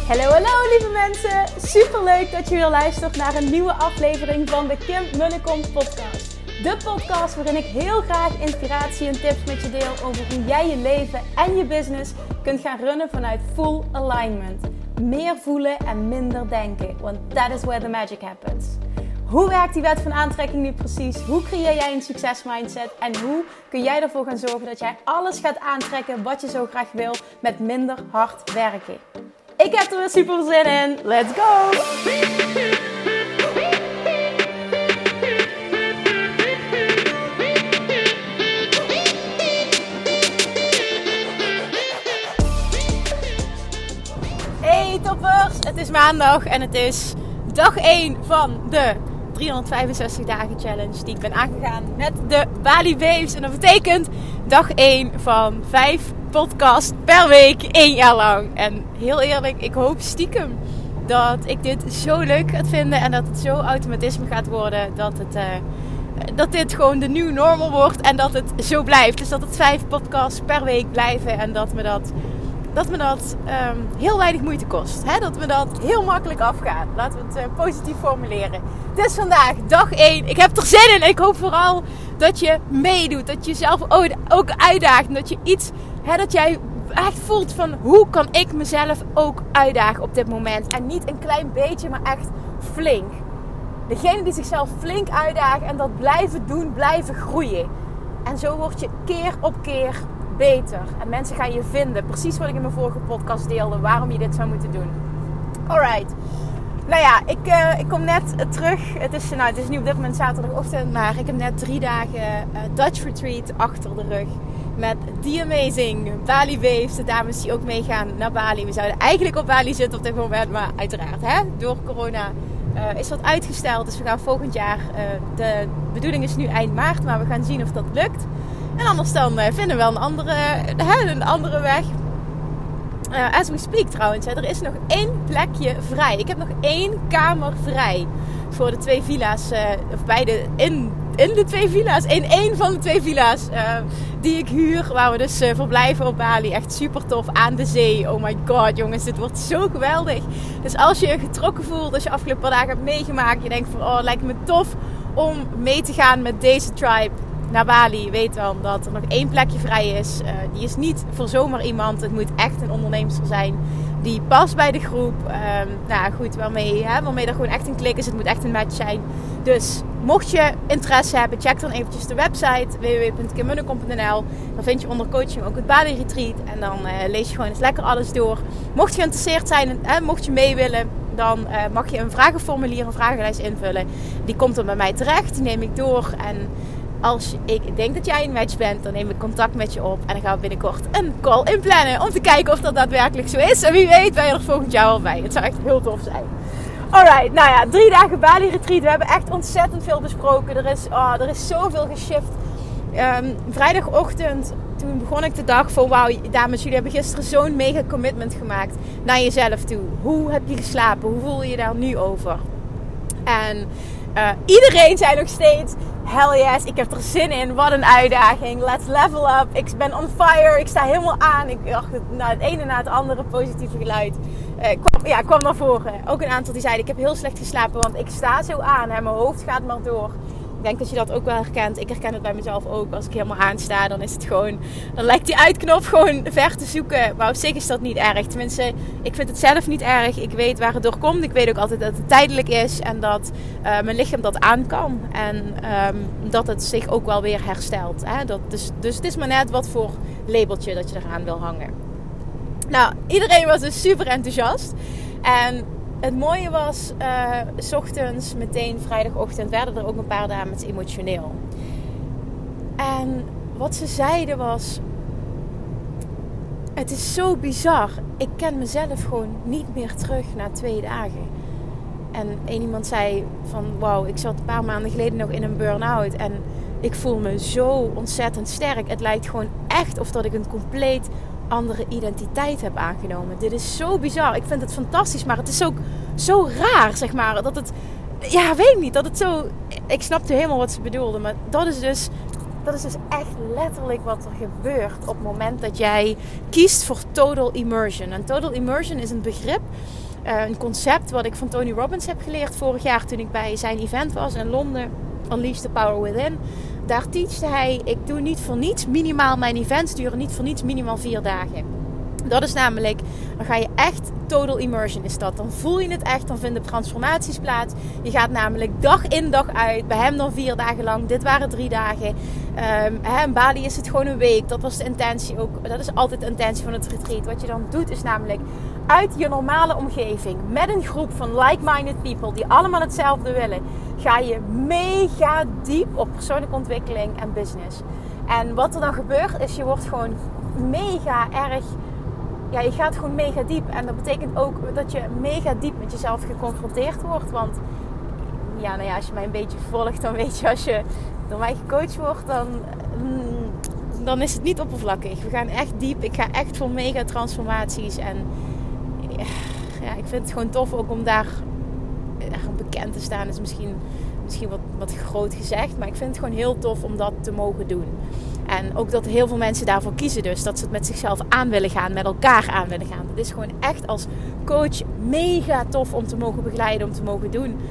Hallo lieve mensen, superleuk dat je weer luistert naar een nieuwe aflevering van de Kim Munnekom podcast. De podcast waarin ik heel graag inspiratie en tips met je deel over hoe jij je leven en je business kunt gaan runnen vanuit full alignment. Meer voelen en minder denken, want that is where the magic happens. Hoe werkt die wet van aantrekking nu precies? Hoe creëer jij een succesmindset? En hoe kun jij ervoor gaan zorgen dat jij alles gaat aantrekken wat je zo graag wil met minder hard werken? Ik heb er weer super zin in. Let's go! Hey toppers! Het is maandag en het is dag 1 van de 365 dagen challenge die ik ben aangegaan met de Bali Babes. En dat betekent dag 1 van 5 podcasts per week, 1 jaar lang. En heel eerlijk, ik hoop stiekem dat ik dit zo leuk ga vinden en dat het zo automatisme gaat worden dat dit gewoon de new normal wordt en dat het zo blijft. Dus dat het 5 podcasts per week blijven en dat me dat heel weinig moeite kost. Hè? Dat me dat heel makkelijk afgaat. Laten we het positief formuleren. Het is vandaag dag 1. Ik heb er zin in. Ik hoop vooral dat je meedoet. Dat je jezelf ook uitdaagt. Dat je dat jij echt voelt van hoe kan ik mezelf ook uitdagen op dit moment. En niet een klein beetje, maar echt flink. Degene die zichzelf flink uitdagen en dat blijven doen, blijven groeien. En zo word je keer op keer beter. En mensen gaan je vinden. Precies wat ik in mijn vorige podcast deelde. Waarom je dit zou moeten doen. Alright. Nou ja, ik kom net terug. Het is nu op dit moment zaterdagochtend. Maar ik heb net 3 dagen Dutch Retreat achter de rug. Met The Amazing Bali Babes. De dames die ook meegaan naar Bali. We zouden eigenlijk op Bali zitten op dit moment. Maar uiteraard, door corona is dat uitgesteld. Dus we gaan volgend jaar. De bedoeling is nu eind maart. Maar we gaan zien of dat lukt. En anders dan vinden we wel een andere weg. As we speak trouwens. Er is nog 1 plekje vrij. Ik heb nog 1 kamer vrij. Voor de 2 villa's. Of beide in de 2 villa's. In 1 van de 2 villa's. Die ik huur. Waar we dus verblijven op Bali. Echt super tof. Aan de zee. Oh my god jongens. Dit wordt zo geweldig. Dus als je je getrokken voelt. Als je afgelopen paar dagen hebt meegemaakt. Je denkt van het lijkt me tof om mee te gaan met deze tribe naar Bali, weet dan dat er nog 1 plekje vrij is. Die is niet voor zomaar iemand. Het moet echt een onderneemster zijn die past bij de groep. Waarmee er gewoon echt een klik is. Het moet echt een match zijn. Dus mocht je interesse hebben, check dan eventjes de website www.kimmunnekom.nl. Dan vind je onder coaching ook het Bali Retreat. En dan lees je gewoon eens lekker alles door. Mocht je geïnteresseerd zijn en mocht je mee willen, dan mag je een vragenformulier, een vragenlijst invullen. Die komt dan bij mij terecht. Die neem ik door en als ik denk dat jij een match bent, dan neem ik contact met je op. En dan gaan we binnenkort een call inplannen. Om te kijken of dat daadwerkelijk zo is. En wie weet ben je er volgend jaar al bij. Het zou echt heel tof zijn. Alright, 3 dagen Bali Retreat. We hebben echt ontzettend veel besproken. Er is zoveel geshift. Vrijdagochtend, toen begon ik de dag van wauw, dames, jullie hebben gisteren zo'n mega commitment gemaakt naar jezelf toe. Hoe heb je geslapen? Hoe voel je je daar nu over? En iedereen zei nog steeds, hell yes, ik heb er zin in. Wat een uitdaging. Let's level up. Ik ben on fire. Ik sta helemaal aan. Ik dacht, het ene na het andere positieve geluid kwam naar voren. Ook een aantal die zeiden, ik heb heel slecht geslapen, want ik sta zo aan. Hè. Mijn hoofd gaat maar door. Ik denk dat je dat ook wel herkent. Ik herken het bij mezelf ook. Als ik helemaal aansta, dan is het gewoon, dan lijkt die uitknop gewoon ver te zoeken. Maar op zich is dat niet erg. Tenminste, ik vind het zelf niet erg. Ik weet waar het door komt. Ik weet ook altijd dat het tijdelijk is. En dat mijn lichaam dat aan kan. En dat het zich ook wel weer herstelt. Hè? Dus het is maar net wat voor labeltje dat je eraan wil hangen. Nou, iedereen was dus super enthousiast. En het mooie was, 's ochtends, meteen vrijdagochtend, werden er ook een paar dames emotioneel. En wat ze zeiden was, het is zo bizar. Ik ken mezelf gewoon niet meer terug na 2 dagen. En één iemand zei van, wauw, ik zat een paar maanden geleden nog in een burn-out. En ik voel me zo ontzettend sterk. Het lijkt gewoon echt of dat ik een compleet andere identiteit heb aangenomen. Dit is zo bizar. Ik vind het fantastisch, maar het is ook zo raar, zeg maar. Dat het, weet ik niet, dat het zo... Ik snapte helemaal wat ze bedoelde, maar dat is dus dat is dus echt letterlijk wat er gebeurt op het moment dat jij kiest voor total immersion. En total immersion is een begrip, een concept wat ik van Tony Robbins heb geleerd vorig jaar toen ik bij zijn event was in Londen. Unleash the Power Within. Daar teachte hij, ik doe niet voor niets minimaal, mijn events duren niet voor niets minimaal 4 dagen. Dat is namelijk, dan ga je echt, total immersion is dat. Dan voel je het echt, dan vinden transformaties plaats. Je gaat namelijk dag in dag uit, bij hem dan 4 dagen lang. Dit waren 3 dagen. In Bali is het gewoon een week. Dat was de intentie ook. Dat is altijd de intentie van het retreat. Wat je dan doet is namelijk uit je normale omgeving, met een groep van like-minded people die allemaal hetzelfde willen, ga je mega diep op persoonlijke ontwikkeling en business. En wat er dan gebeurt is, je wordt gewoon mega erg... Ja, je gaat gewoon mega diep. En dat betekent ook dat je mega diep met jezelf geconfronteerd wordt. Want ja, nou ja, als je mij een beetje volgt, dan weet je, als je door mij gecoacht wordt, dan is het niet oppervlakkig. We gaan echt diep. Ik ga echt voor mega transformaties. En ja, ik vind het gewoon tof ook om daar bekend te staan. Is misschien wat groot gezegd. Maar ik vind het gewoon heel tof om dat te mogen doen. En ook dat heel veel mensen daarvoor kiezen dus. Dat ze het met zichzelf aan willen gaan. Met elkaar aan willen gaan. Dat is gewoon echt als coach mega tof om te mogen begeleiden. Om te mogen doen.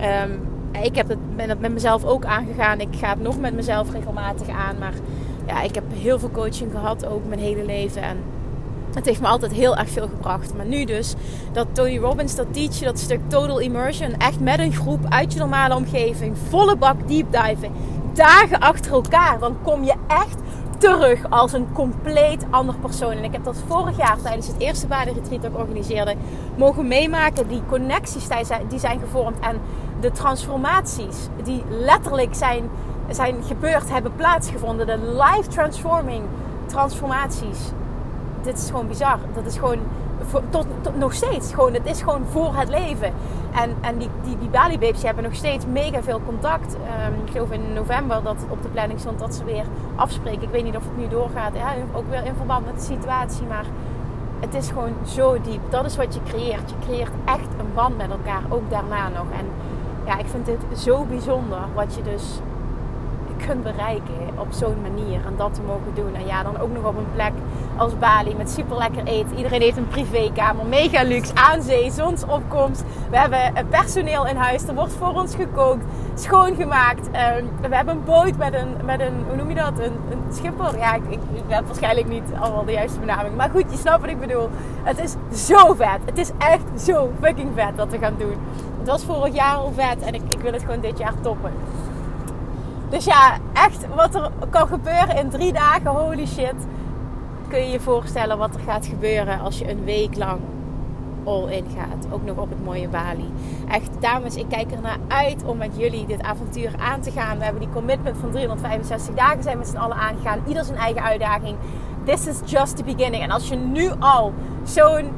Ik ben het met mezelf ook aangegaan. Ik ga het nog met mezelf regelmatig aan. Maar ja, ik heb heel veel coaching gehad. Ook mijn hele leven. En het heeft me altijd heel erg veel gebracht. Maar nu dus, dat Tony Robbins, dat teach je, dat stuk total immersion. Echt met een groep uit je normale omgeving. Volle bak deep diven. Dagen achter elkaar. Dan kom je echt terug als een compleet ander persoon. En ik heb dat vorig jaar tijdens het eerste Bali Retreat dat ik organiseerde mogen meemaken. Die connecties die zijn gevormd. En de transformaties die letterlijk zijn gebeurd, hebben plaatsgevonden. De life transforming transformaties. Dit is gewoon bizar. Dat is gewoon tot nog steeds. Het is gewoon voor het leven. En die Bali Babes hebben nog steeds mega veel contact. Ik geloof in november dat het op de planning stond dat ze weer afspreken. Ik weet niet of het nu doorgaat. Ja, ook weer in verband met de situatie. Maar het is gewoon zo diep. Dat is wat je creëert. Je creëert echt een band met elkaar. Ook daarna nog. En ja, ik vind dit zo bijzonder. Wat je dus kunt bereiken op zo'n manier. En dat te mogen doen. En ja, dan ook nog op een plek als Bali met super lekker eten. Iedereen heeft een privékamer. Mega luxe. Aan zee. Zonsopkomst. We hebben personeel in huis. Er wordt voor ons gekookt. Schoongemaakt. We hebben een boot met een hoe noem je dat? Een schipper. Ja, ik heb waarschijnlijk niet allemaal de juiste benaming. Maar goed, je snapt wat ik bedoel. Het is zo vet. Het is echt zo fucking vet dat we gaan doen. Het was vorig jaar al vet. En ik wil het gewoon dit jaar toppen. Dus ja, echt wat er kan gebeuren in 3 dagen, holy shit. Kun je je voorstellen wat er gaat gebeuren als je een week lang all in gaat. Ook nog op het mooie Bali. Echt, dames, ik kijk er naar uit om met jullie dit avontuur aan te gaan. We hebben die commitment van 365 dagen zijn met z'n allen aangegaan. Ieder zijn eigen uitdaging. This is just the beginning. En als je nu al zo'n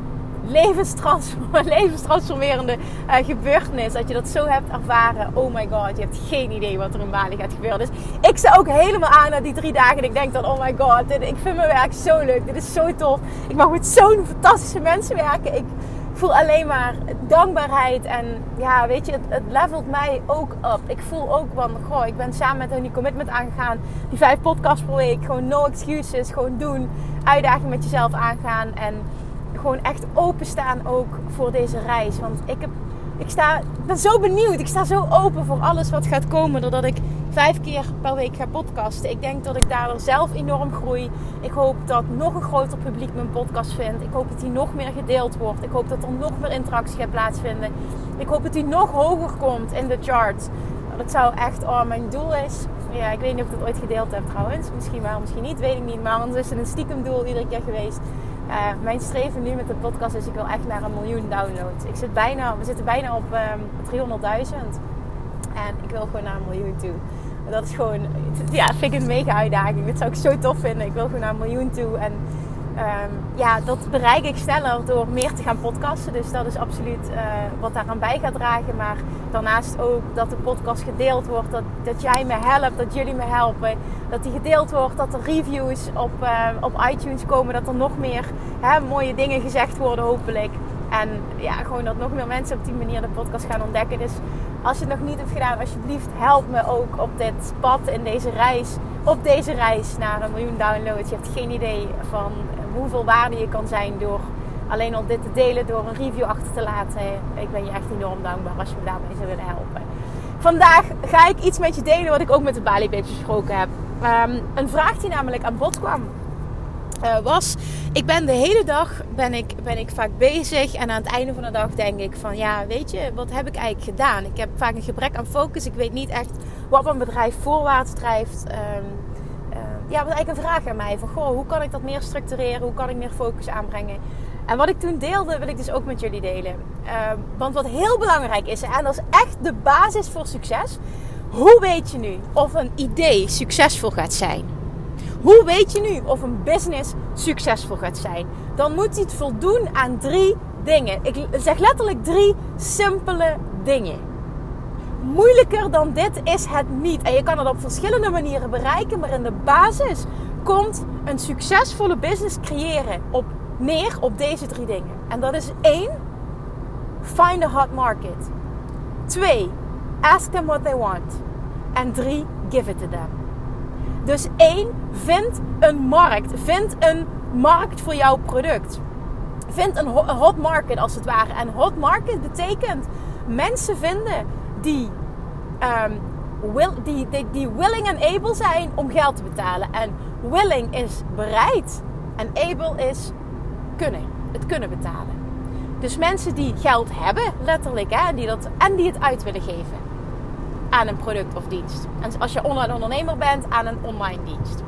levenstransformerende gebeurtenis, dat je dat zo hebt ervaren, oh my god, je hebt geen idee wat er in Bali gaat gebeuren. Dus ik sta ook helemaal aan naar die 3 dagen en ik denk dan, oh my god, ik vind mijn werk zo leuk, dit is zo tof, ik mag met zo'n fantastische mensen werken, ik voel alleen maar dankbaarheid en ja, weet je, het levelt mij ook op. Ik voel ook van, goh, ik ben samen met hun die commitment aangegaan, die 5 podcasts per week, gewoon no excuses, gewoon doen, uitdaging met jezelf aangaan en gewoon echt openstaan ook voor deze reis. Want ik ben zo benieuwd. Ik sta zo open voor alles wat gaat komen. Doordat ik 5 keer per week ga podcasten. Ik denk dat ik daardoor zelf enorm groei. Ik hoop dat nog een groter publiek mijn podcast vindt. Ik hoop dat die nog meer gedeeld wordt. Ik hoop dat er nog meer interactie gaat plaatsvinden. Ik hoop dat die nog hoger komt in de charts. Dat zou echt mijn doel is. Ja, ik weet niet of ik dat ooit gedeeld heb trouwens. Misschien wel, misschien niet. Weet ik niet. Maar anders is het een stiekem doel iedere keer geweest. Mijn streven nu met de podcast is, ik wil echt naar 1 miljoen downloads. We zitten bijna op 300.000. En ik wil gewoon naar 1 miljoen toe. Dat is gewoon, ja, vind ik een mega uitdaging. Dat zou ik zo tof vinden. Ik wil gewoon naar 1 miljoen toe. En dat bereik ik sneller door meer te gaan podcasten. Dus dat is absoluut wat daaraan bij gaat dragen. Maar daarnaast ook dat de podcast gedeeld wordt. Dat jij me helpt, dat jullie me helpen. Dat die gedeeld wordt, dat er reviews op iTunes komen. Dat er nog meer mooie dingen gezegd worden hopelijk. En ja, gewoon dat nog meer mensen op die manier de podcast gaan ontdekken. Dus Als je het nog niet hebt gedaan, alsjeblieft help me ook op dit pad, in deze reis. Op deze reis naar 1 miljoen downloads. Je hebt geen idee van hoeveel waarde je kan zijn door alleen al dit te delen, door een review achter te laten. Ik ben je echt enorm dankbaar als je me daarbij zou willen helpen. Vandaag ga ik iets met je delen wat ik ook met de Bali Babes besproken heb. Een vraag die namelijk aan bod kwam was... Ik ben de hele dag ben ik vaak bezig en aan het einde van de dag denk ik van... Ja, weet je, wat heb ik eigenlijk gedaan? Ik heb vaak een gebrek aan focus. Ik weet niet echt wat mijn bedrijf voorwaarts drijft. Ja, was eigenlijk een vraag aan mij. Van, hoe kan ik dat meer structureren? Hoe kan ik meer focus aanbrengen? En wat ik toen deelde, wil ik dus ook met jullie delen. Want wat heel belangrijk is, en dat is echt de basis voor succes. Hoe weet je nu of een idee succesvol gaat zijn? Hoe weet je nu of een business succesvol gaat zijn? Dan moet hij het voldoen aan 3 dingen. Ik zeg letterlijk 3 simpele dingen. Moeilijker dan dit is het niet. En je kan het op verschillende manieren bereiken. Maar in de basis komt een succesvolle business creëren neer op deze 3 dingen. En dat is 1. Find a hot market. 2. Ask them what they want. En 3. Give it to them. Dus 1. Vind een markt. Vind een markt voor jouw product. Vind een hot market als het ware. En hot market betekent mensen vinden die willing en able zijn om geld te betalen. En willing is bereid. En able is het kunnen betalen. Dus mensen die geld hebben, letterlijk, hè, die het uit willen geven aan een product of dienst. En als je online ondernemer bent, aan een online dienst.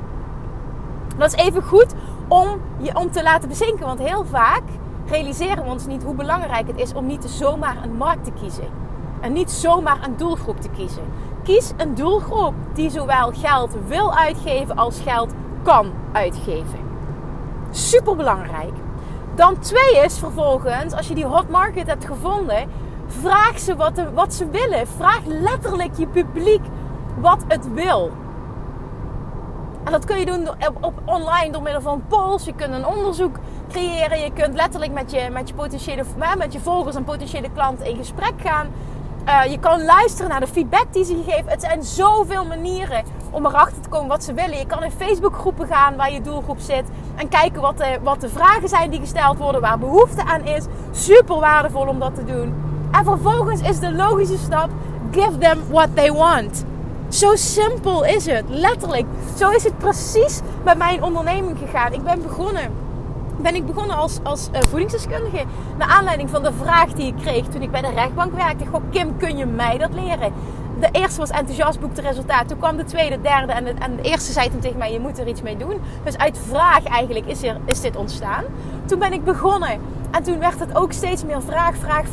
Dat is even goed om te laten bezinken. Want heel vaak realiseren we ons niet hoe belangrijk het is om niet zomaar een markt te kiezen. En niet zomaar een doelgroep te kiezen. Kies een doelgroep die zowel geld wil uitgeven als geld kan uitgeven. Super belangrijk. Dan 2 is vervolgens, als je die hot market hebt gevonden, vraag ze wat ze willen. Vraag letterlijk je publiek wat het wil. En dat kun je doen op online door middel van polls. Je kunt een onderzoek creëren. Je kunt letterlijk met je volgers en potentiële klanten in gesprek gaan. Je kan luisteren naar de feedback die ze je geven. Het zijn zoveel manieren om erachter te komen wat ze willen. Je kan in Facebookgroepen gaan waar je doelgroep zit. En kijken wat de vragen zijn die gesteld worden. Waar behoefte aan is. Super waardevol om dat te doen. En vervolgens is de logische stap. Give them what they want. Zo simpel is het. Letterlijk. Zo is het precies bij mijn onderneming gegaan. Ik ben begonnen als voedingsdeskundige. Naar aanleiding van de vraag die ik kreeg toen ik bij de rechtbank werkte. Goh, Kim, kun je mij dat leren? De eerste was enthousiast, boekte resultaat. Toen kwam de tweede, derde en de eerste zei toen tegen mij, je moet er iets mee doen. Dus uit vraag eigenlijk is dit ontstaan. Toen ben ik begonnen. En toen werd het ook steeds meer vraag.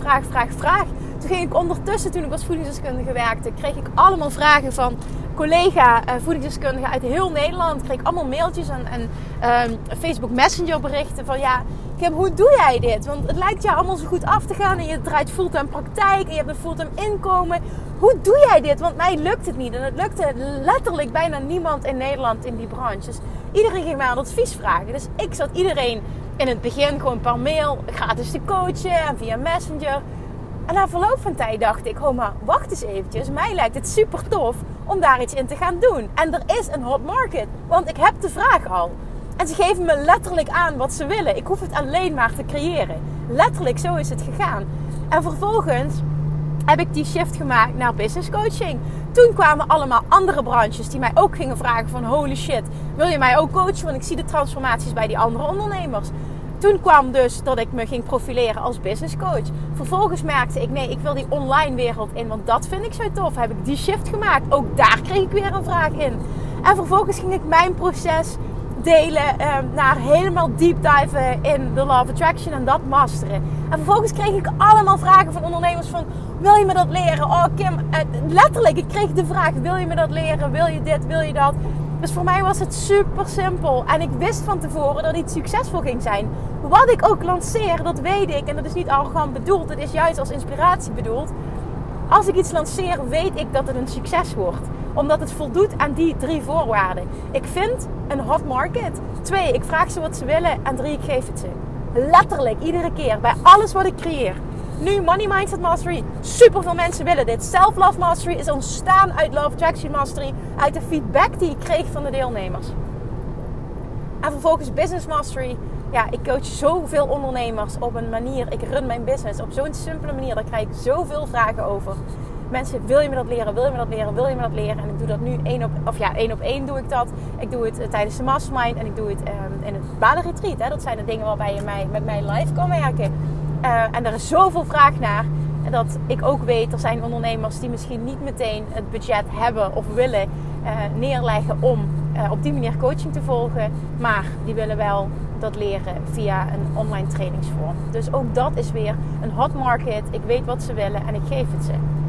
Toen ging ik ondertussen, toen ik als voedingsdeskundige werkte, kreeg ik allemaal vragen van collega voedingsdeskundigen uit heel Nederland. Kreeg ik allemaal mailtjes en Facebook Messenger berichten van ja, Kim, hoe doe jij dit? Want het lijkt jou allemaal zo goed af te gaan en je draait fulltime praktijk en je hebt een fulltime inkomen. Hoe doe jij dit? Want mij lukt het niet. En het lukte letterlijk bijna niemand in Nederland in die branche. Dus iedereen ging mij aan advies vragen. Dus ik zat iedereen in het begin gewoon per mail gratis te coachen en via Messenger. En na verloop van tijd dacht ik, maar wacht eens eventjes. Mij lijkt het super tof om daar iets in te gaan doen. En er is een hot market. Want ik heb de vraag al. En ze geven me letterlijk aan wat ze willen. Ik hoef het alleen maar te creëren. Letterlijk, zo is het gegaan. En vervolgens heb ik die shift gemaakt naar business coaching. Toen kwamen allemaal andere branches die mij ook gingen vragen van holy shit, wil je mij ook coachen? Want ik zie de transformaties bij die andere ondernemers. Toen kwam dus dat ik me ging profileren als business coach. Vervolgens merkte ik, nee, ik wil die online wereld in, want dat vind ik zo tof. Heb ik die shift gemaakt. Ook daar kreeg ik weer een vraag in. En vervolgens ging ik mijn proces delen naar helemaal deep diven in de Law of Attraction en dat masteren. En vervolgens kreeg ik allemaal vragen van ondernemers van, wil je me dat leren? Oh Kim, letterlijk, ik kreeg de vraag, wil je me dat leren? Wil je dit? Wil je dat? Dus voor mij was het super simpel. En ik wist van tevoren dat iets succesvol ging zijn. Wat ik ook lanceer, dat weet ik. En dat is niet arrogant bedoeld. Het is juist als inspiratie bedoeld. Als ik iets lanceer, weet ik dat het een succes wordt. Omdat het voldoet aan die 3 voorwaarden. Ik vind een hot market. 2, ik vraag ze wat ze willen. En 3, ik geef het ze. Letterlijk, iedere keer. Bij alles wat ik creëer. Nu Money Mindset Mastery. Super veel mensen willen dit. Self-Love Mastery is ontstaan uit Love Attraction Mastery. Uit de feedback die ik kreeg van de deelnemers. En vervolgens Business Mastery. Ja, ik coach zoveel ondernemers op een manier. Ik run mijn business op zo'n simpele manier. Daar krijg ik zoveel vragen over. Mensen, wil je me dat leren? Wil je me dat leren? Wil je me dat leren? En ik doe dat nu één op één doe ik dat. Ik doe het tijdens de mastermind. En ik doe het in het badenretreat. Hè. Dat zijn de dingen waarbij je met mij live kan werken. En er is zoveel vraag naar. En dat ik ook weet, er zijn ondernemers die misschien niet meteen het budget hebben of willen neerleggen om op die manier coaching te volgen. Maar die willen wel dat leren via een online trainingsvorm. Dus ook dat is weer een hot market. Ik weet wat ze willen en ik geef het ze.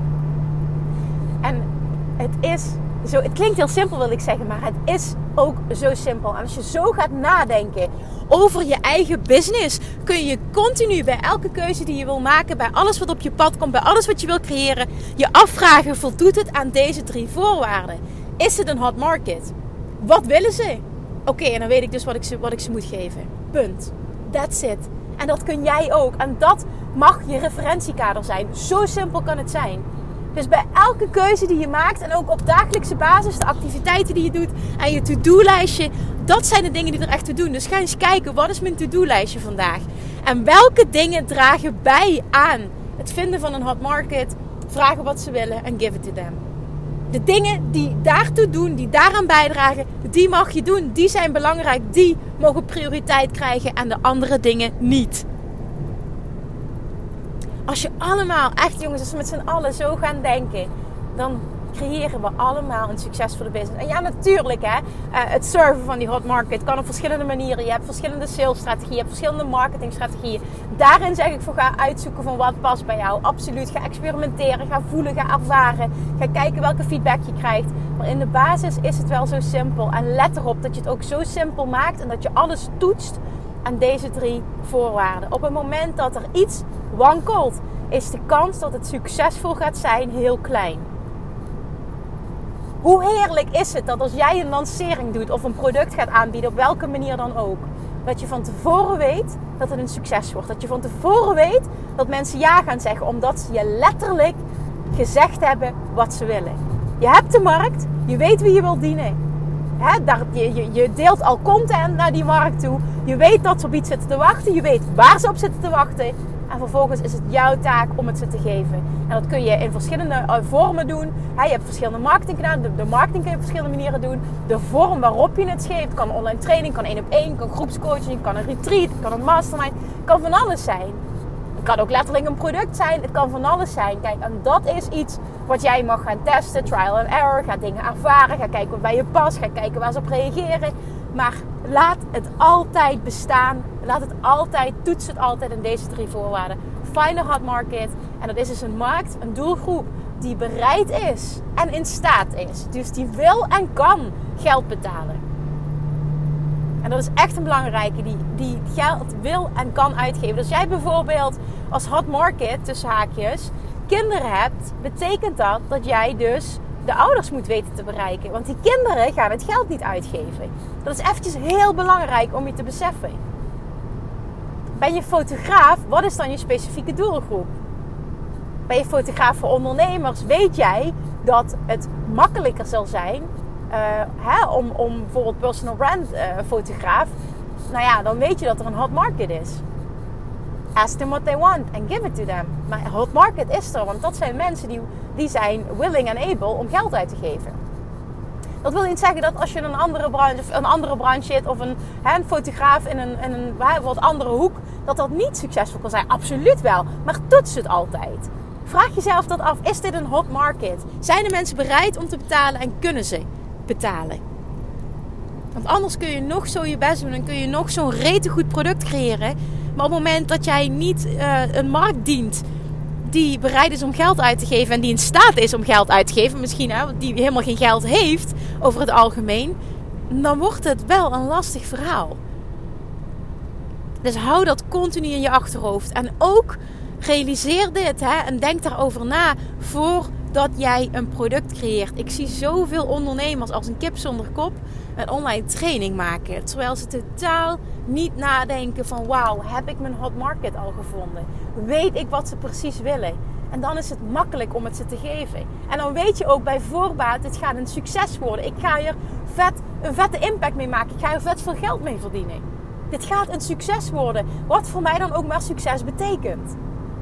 En het klinkt heel simpel wil ik zeggen, maar het is ook zo simpel. En als je zo gaat nadenken over je eigen business, kun je continu bij elke keuze die je wil maken, bij alles wat op je pad komt, bij alles wat je wil creëren, je afvragen, voldoet het aan deze 3 voorwaarden? Is het een hot market? Wat willen ze? Oké, en dan weet ik dus wat ik ze moet geven. Punt. That's it. En dat kun jij ook. En dat mag je referentiekader zijn. Zo simpel kan het zijn. Dus bij elke keuze die je maakt en ook op dagelijkse basis, de activiteiten die je doet en je to-do-lijstje, dat zijn de dingen die er echt toe doen. Dus ga eens kijken, wat is mijn to-do-lijstje vandaag? En welke dingen dragen bij aan het vinden van een hot market, vragen wat ze willen en give it to them. De dingen die daartoe doen, die daaraan bijdragen, die mag je doen. Die zijn belangrijk, die mogen prioriteit krijgen en de andere dingen niet. Als je allemaal, echt jongens, als we met z'n allen zo gaan denken, dan creëren we allemaal een succesvolle business. En ja, natuurlijk hè, het serven van die hot market kan op verschillende manieren. Je hebt verschillende salesstrategieën, je hebt verschillende marketingstrategieën. Daarin zeg ik voor ga uitzoeken van wat past bij jou. Absoluut, ga experimenteren, ga voelen, ga ervaren. Ga kijken welke feedback je krijgt. Maar in de basis is het wel zo simpel. En let erop dat je het ook zo simpel maakt en dat je alles toetst aan deze 3 voorwaarden. Op het moment dat er iets wankelt, is de kans dat het succesvol gaat zijn heel klein. Hoe heerlijk is het dat als jij een lancering doet of een product gaat aanbieden, op welke manier dan ook, dat je van tevoren weet dat het een succes wordt. Dat je van tevoren weet dat mensen ja gaan zeggen, omdat ze je letterlijk gezegd hebben wat ze willen. Je hebt de markt, je weet wie je wilt dienen. Je deelt al content naar die markt toe. Je weet dat ze op iets zitten te wachten. Je weet waar ze op zitten te wachten. En vervolgens is het jouw taak om het ze te geven. En dat kun je in verschillende vormen doen. Je hebt verschillende marketingkanalen. De marketing kun je op verschillende manieren doen. De vorm waarop je het geeft. Kan online training, kan 1-op-1, kan groepscoaching, kan een retreat, kan een mastermind. Kan van alles zijn. Het kan ook letterlijk een product zijn. Het kan van alles zijn. Kijk, en dat is iets wat jij mag gaan testen. Trial and error. Ga dingen ervaren. Ga kijken wat bij je past. Ga kijken waar ze op reageren. Maar laat het altijd bestaan. Laat het altijd, toets het altijd in deze 3 voorwaarden. Find a hot market. En dat is dus een markt, een doelgroep die bereid is en in staat is. Dus die wil en kan geld betalen. En dat is echt een belangrijke, die geld wil en kan uitgeven. Dus als jij bijvoorbeeld als hot market, tussen haakjes, kinderen hebt, betekent dat jij dus de ouders moet weten te bereiken. Want die kinderen gaan het geld niet uitgeven. Dat is eventjes heel belangrijk om je te beseffen. Ben je fotograaf, wat is dan je specifieke doelgroep? Ben je fotograaf voor ondernemers, weet jij dat het makkelijker zal zijn om bijvoorbeeld personal brand fotograaf. Nou ja, dan weet je dat er een hot market is. Ask them what they want and give it to them. Maar een hot market is er, want dat zijn mensen die zijn willing and able om geld uit te geven. Dat wil niet zeggen dat als je in een andere branche zit of een fotograaf in een wat andere hoek, dat niet succesvol kan zijn. Absoluut wel, maar toets het altijd. Vraag jezelf dat af, is dit een hot market? Zijn de mensen bereid om te betalen en kunnen ze betalen? Want anders kun je nog zo je best doen en kun je nog zo'n rete goed product creëren. Maar op het moment dat jij niet een markt dient die bereid is om geld uit te geven en die in staat is om geld uit te geven, misschien die helemaal geen geld heeft over het algemeen, dan wordt het wel een lastig verhaal. Dus hou dat continu in je achterhoofd. En ook realiseer dit en denk daarover na voordat jij een product creëert. Ik zie zoveel ondernemers als een kip zonder kop een online training maken. Terwijl ze totaal niet nadenken van wauw, heb ik mijn hot market al gevonden? weet ik wat ze precies willen. En dan is het makkelijk om het ze te geven. En dan weet je ook bij voorbaat, dit gaat een succes worden. Ik ga hier een vette impact mee maken. Ik ga hier vet veel geld mee verdienen. Dit gaat een succes worden. Wat voor mij dan ook maar succes betekent.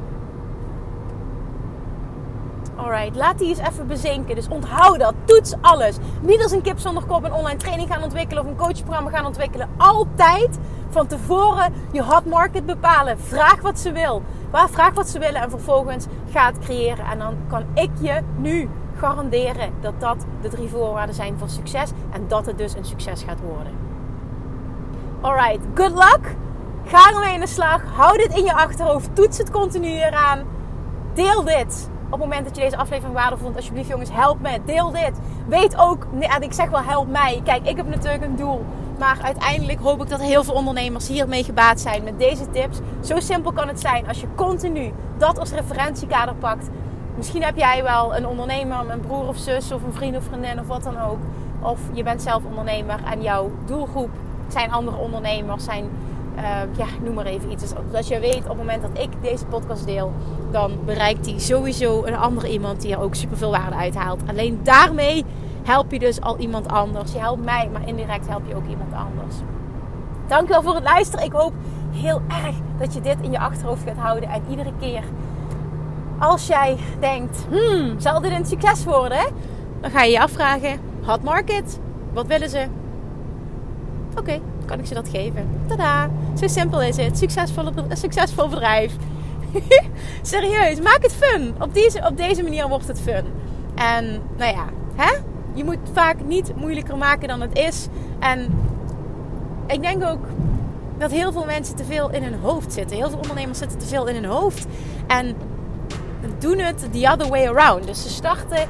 Alright, laat die eens even bezinken. Dus onthoud dat. Toets alles. Niet als een kip zonder kop een online training gaan ontwikkelen of een coachprogramma gaan ontwikkelen. Altijd van tevoren je hot market bepalen. Vraag wat ze wil. Vraag wat ze willen en vervolgens ga het creëren. En dan kan ik je nu garanderen dat dat de 3 voorwaarden zijn voor succes. En dat het dus een succes gaat worden. Alright, good luck. Ga ermee in de slag. Hou dit in je achterhoofd. Toets het continu eraan. Deel dit. Op het moment dat je deze aflevering waardevol vond, alsjeblieft jongens, help me. Deel dit. Weet ook, ik zeg wel help mij. Kijk, ik heb natuurlijk een doel. Maar uiteindelijk hoop ik dat heel veel ondernemers hiermee gebaat zijn met deze tips. Zo simpel kan het zijn als je continu dat als referentiekader pakt. Misschien heb jij wel een ondernemer, een broer of zus of een vriend of vriendin of wat dan ook. Of je bent zelf ondernemer en jouw doelgroep zijn andere ondernemers, zijn... noem maar even iets. Dus als je weet op het moment dat ik deze podcast deel, dan bereikt die sowieso een andere iemand die er ook superveel waarde uithaalt. Alleen daarmee help je dus al iemand anders. Je helpt mij, maar indirect help je ook iemand anders. Dankjewel voor het luisteren. Ik hoop heel erg dat je dit in je achterhoofd gaat houden. En iedere keer als jij denkt, zal dit een succes worden? Dan ga je je afvragen, hot market, wat willen ze? Oké, kan ik ze dat geven? Tada! Zo simpel is het. Succesvol bedrijf. Serieus, maak het fun. Op deze manier wordt het fun. En nou ja, je moet vaak niet moeilijker maken dan het is. En ik denk ook dat heel veel mensen te veel in hun hoofd zitten. Heel veel ondernemers zitten te veel in hun hoofd. En doen het the other way around. Dus ze starten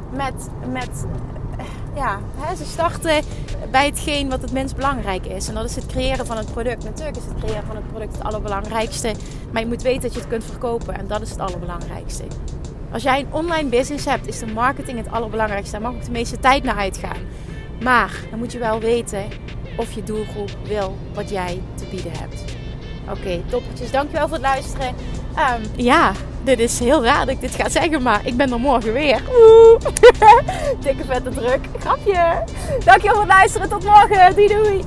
ze starten bij hetgeen wat het minst belangrijk is. En dat is het creëren van het product. Natuurlijk is het creëren van het product het allerbelangrijkste. Maar je moet weten dat je het kunt verkopen. En dat is het allerbelangrijkste. Als jij een online business hebt, is de marketing het allerbelangrijkste. Daar mag ook de meeste tijd naar uitgaan. Maar dan moet je wel weten of je doelgroep wil wat jij te bieden hebt. Oké, toppertjes. Dankjewel voor het luisteren. Dit is heel raar dat ik dit ga zeggen, maar ik ben er morgen weer. Dikke vette druk. Grapje. Dankjewel voor het luisteren. Tot morgen. Doei.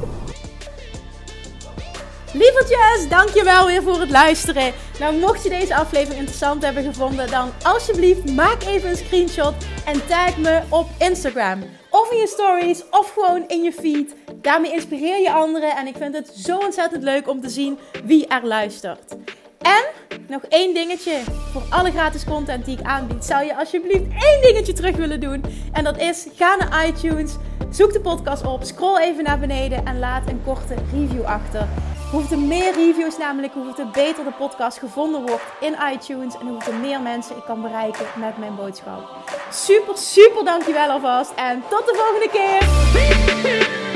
Lievertjes, dankjewel weer voor het luisteren. Nou, mocht je deze aflevering interessant hebben gevonden, dan alsjeblieft maak even een screenshot en tag me op Instagram. Of in je stories, of gewoon in je feed. Daarmee inspireer je anderen en ik vind het zo ontzettend leuk om te zien wie er luistert. En nog 1 dingetje. Voor alle gratis content die ik aanbied, zou je alsjeblieft 1 dingetje terug willen doen. En dat is, ga naar iTunes, zoek de podcast op, scroll even naar beneden en laat een korte review achter. Hoeveel meer reviews namelijk, hoeveel beter de podcast gevonden wordt in iTunes. En hoeveel meer mensen ik kan bereiken met mijn boodschap. Super dankjewel alvast. En tot de volgende keer.